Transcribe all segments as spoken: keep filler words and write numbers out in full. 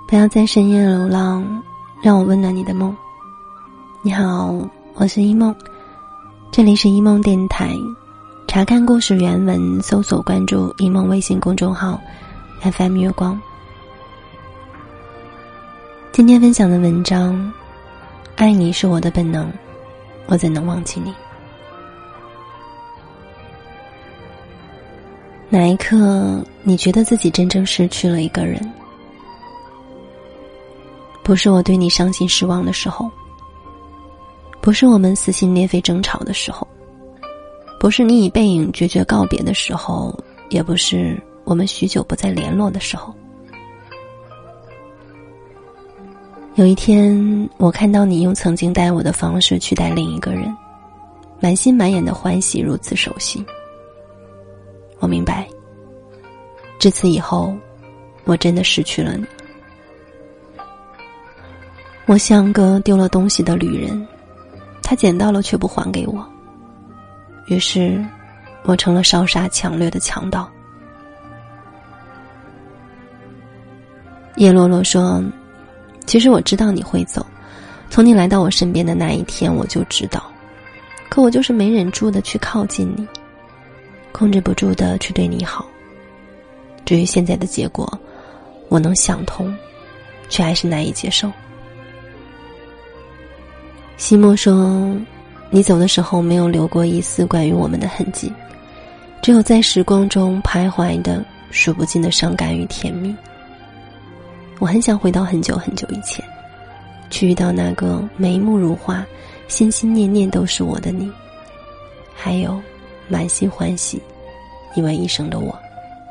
不要在深夜流浪，让我温暖你的梦。你好，我是一梦，这里是一梦电台。查看故事原文，搜索关注一梦微信公众号 F M 月光。今天分享的文章，爱你是我的本能，我怎能忘记你？哪一刻你觉得自己真正失去了一个人？不是我对你伤心失望的时候，不是我们撕心裂肺争吵的时候，不是你以背影决绝告别的时候，也不是我们许久不再联络的时候。有一天，我看到你用曾经待我的方式去待另一个人，满心满眼的欢喜，如此熟悉。我明白，至此以后，我真的失去了你。我像个丢了东西的旅人，他捡到了却不还给我，于是我成了烧杀抢掠的强盗。叶落落说，其实我知道你会走，从你来到我身边的那一天我就知道，可我就是没忍住的去靠近你，控制不住的去对你好。至于现在的结果，我能想通，却还是难以接受。西莫说，你走的时候没有留过一丝关于我们的痕迹，只有在时光中徘徊的数不尽的伤感与甜蜜。我很想回到很久很久以前，去遇到那个眉目如画，心心念念都是我的你，还有满心欢喜以为一生的我。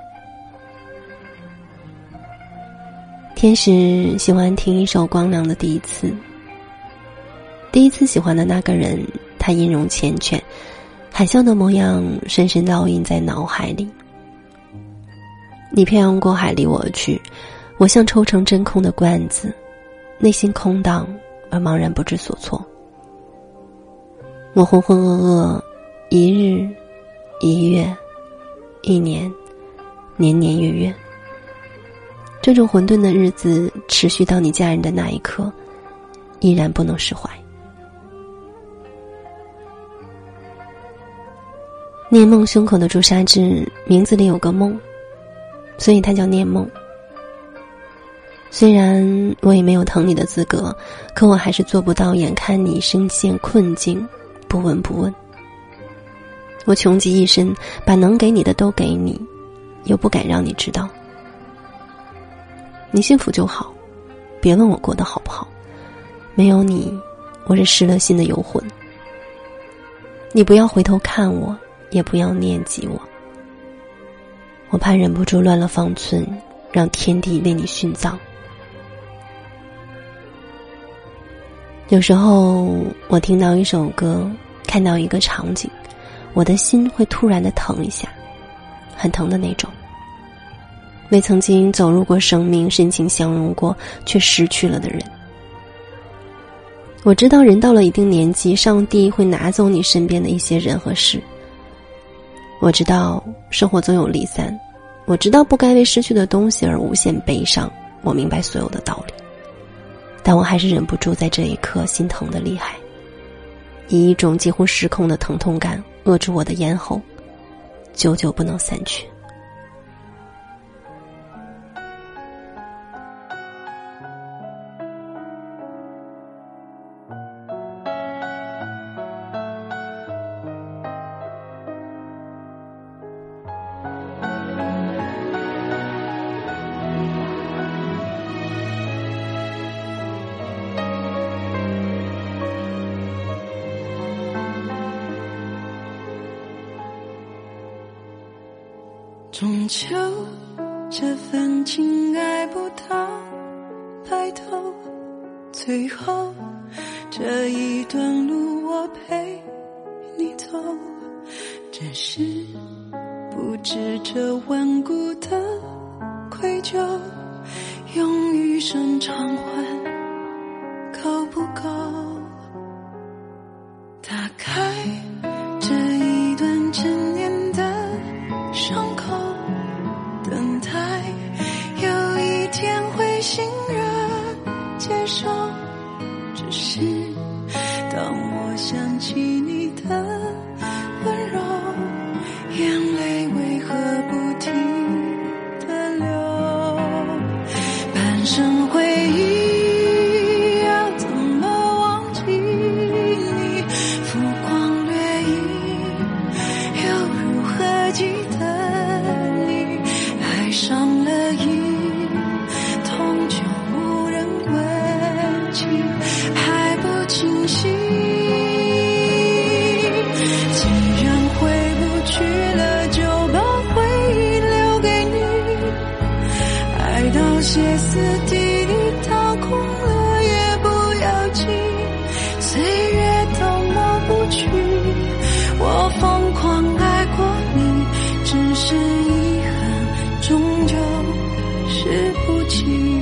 天使喜欢听一首光良的第一次。第一次喜欢的那个人，他音容缱绻，海啸的模样深深烙印在脑海里。你漂洋过海离我而去，我像抽成真空的罐子，内心空荡而茫然不知所措。我浑浑噩噩，一日一月一年，年年月月，这种混沌的日子持续到你嫁人的那一刻，依然不能释怀。念梦胸口的朱砂痣名字里有个梦，所以它叫念梦。虽然我也没有疼你的资格，可我还是做不到眼看你深陷困境不闻不问。我穷极一生把能给你的都给你，又不敢让你知道。你幸福就好，别问我过得好不好，没有你，我是失了心的游魂。你不要回头看我，也不要念及我，我怕忍不住乱了方寸，让天地为你殉葬。有时候我听到一首歌，看到一个场景，我的心会突然的疼一下，很疼的那种。为曾经走入过生命，深情相拥过，却失去了的人。我知道人到了一定年纪，上帝会拿走你身边的一些人和事。我知道生活总有离散，我知道不该为失去的东西而无限悲伤，我明白所有的道理，但我还是忍不住在这一刻心疼的厉害，以一种几乎失控的疼痛感扼住我的咽喉，久久不能散去。 终究这份情爱不到白头，最后这一段路我陪你走，只是不知这顽固的愧疚用余生偿还够不够。打开这一段陈年的伤口，等待有一天会醒热受，只是当我想起你的温柔，眼泪为何不停地流？半生回忆，要怎么忘记你？浮光掠影，又如何记得你？爱上了瘾，痛就无人问起，还不清醒。既然回不去了，就把回忆留给你。爱到歇斯底里，掏空了也不要紧，岁月都抹不去我疯狂爱过你，只是遗憾终究是不清。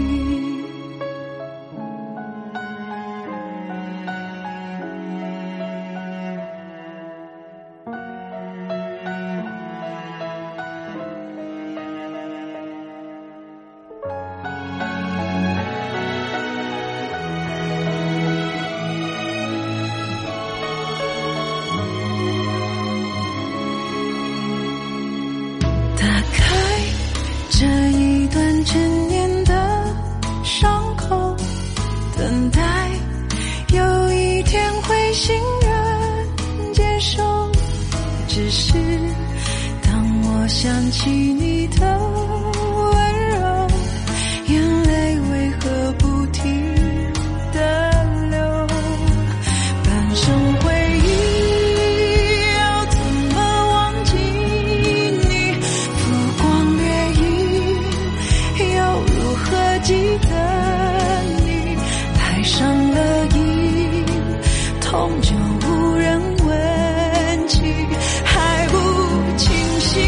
打开这一段陈年的伤口，等待有一天会欣然接受。只是当我想起你的温柔，眼泪为何不停地流？半生回忆，要怎么忘记你？浮光掠影，又如何记得你？爱上了瘾，痛就无人问起，还不清醒。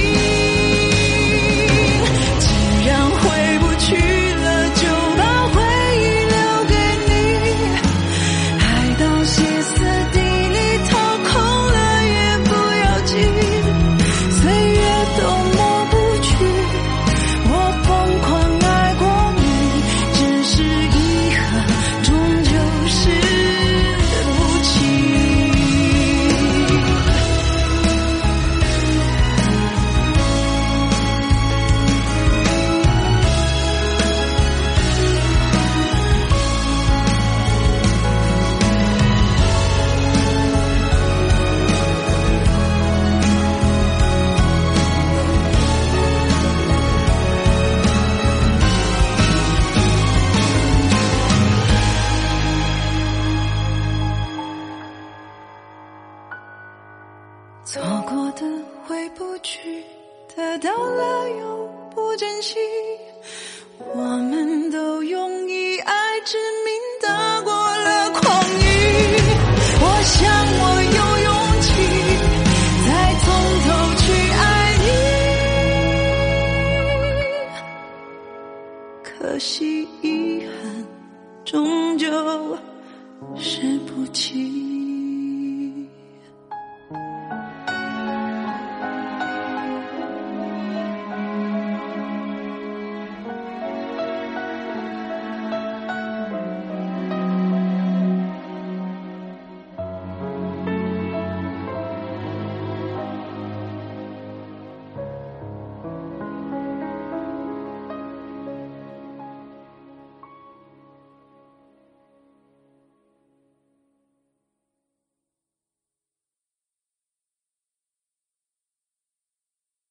既然回不去了，就把回忆留给你。爱到歇斯底里，掏空了也不要紧，岁月都抹不去我疯狂爱过你，只是遗憾终究是不清。错过的回不去，得到了又不珍惜，我们都用以爱之名打过了狂语。我想我有勇气再从头去爱你，可惜遗憾终究是不清。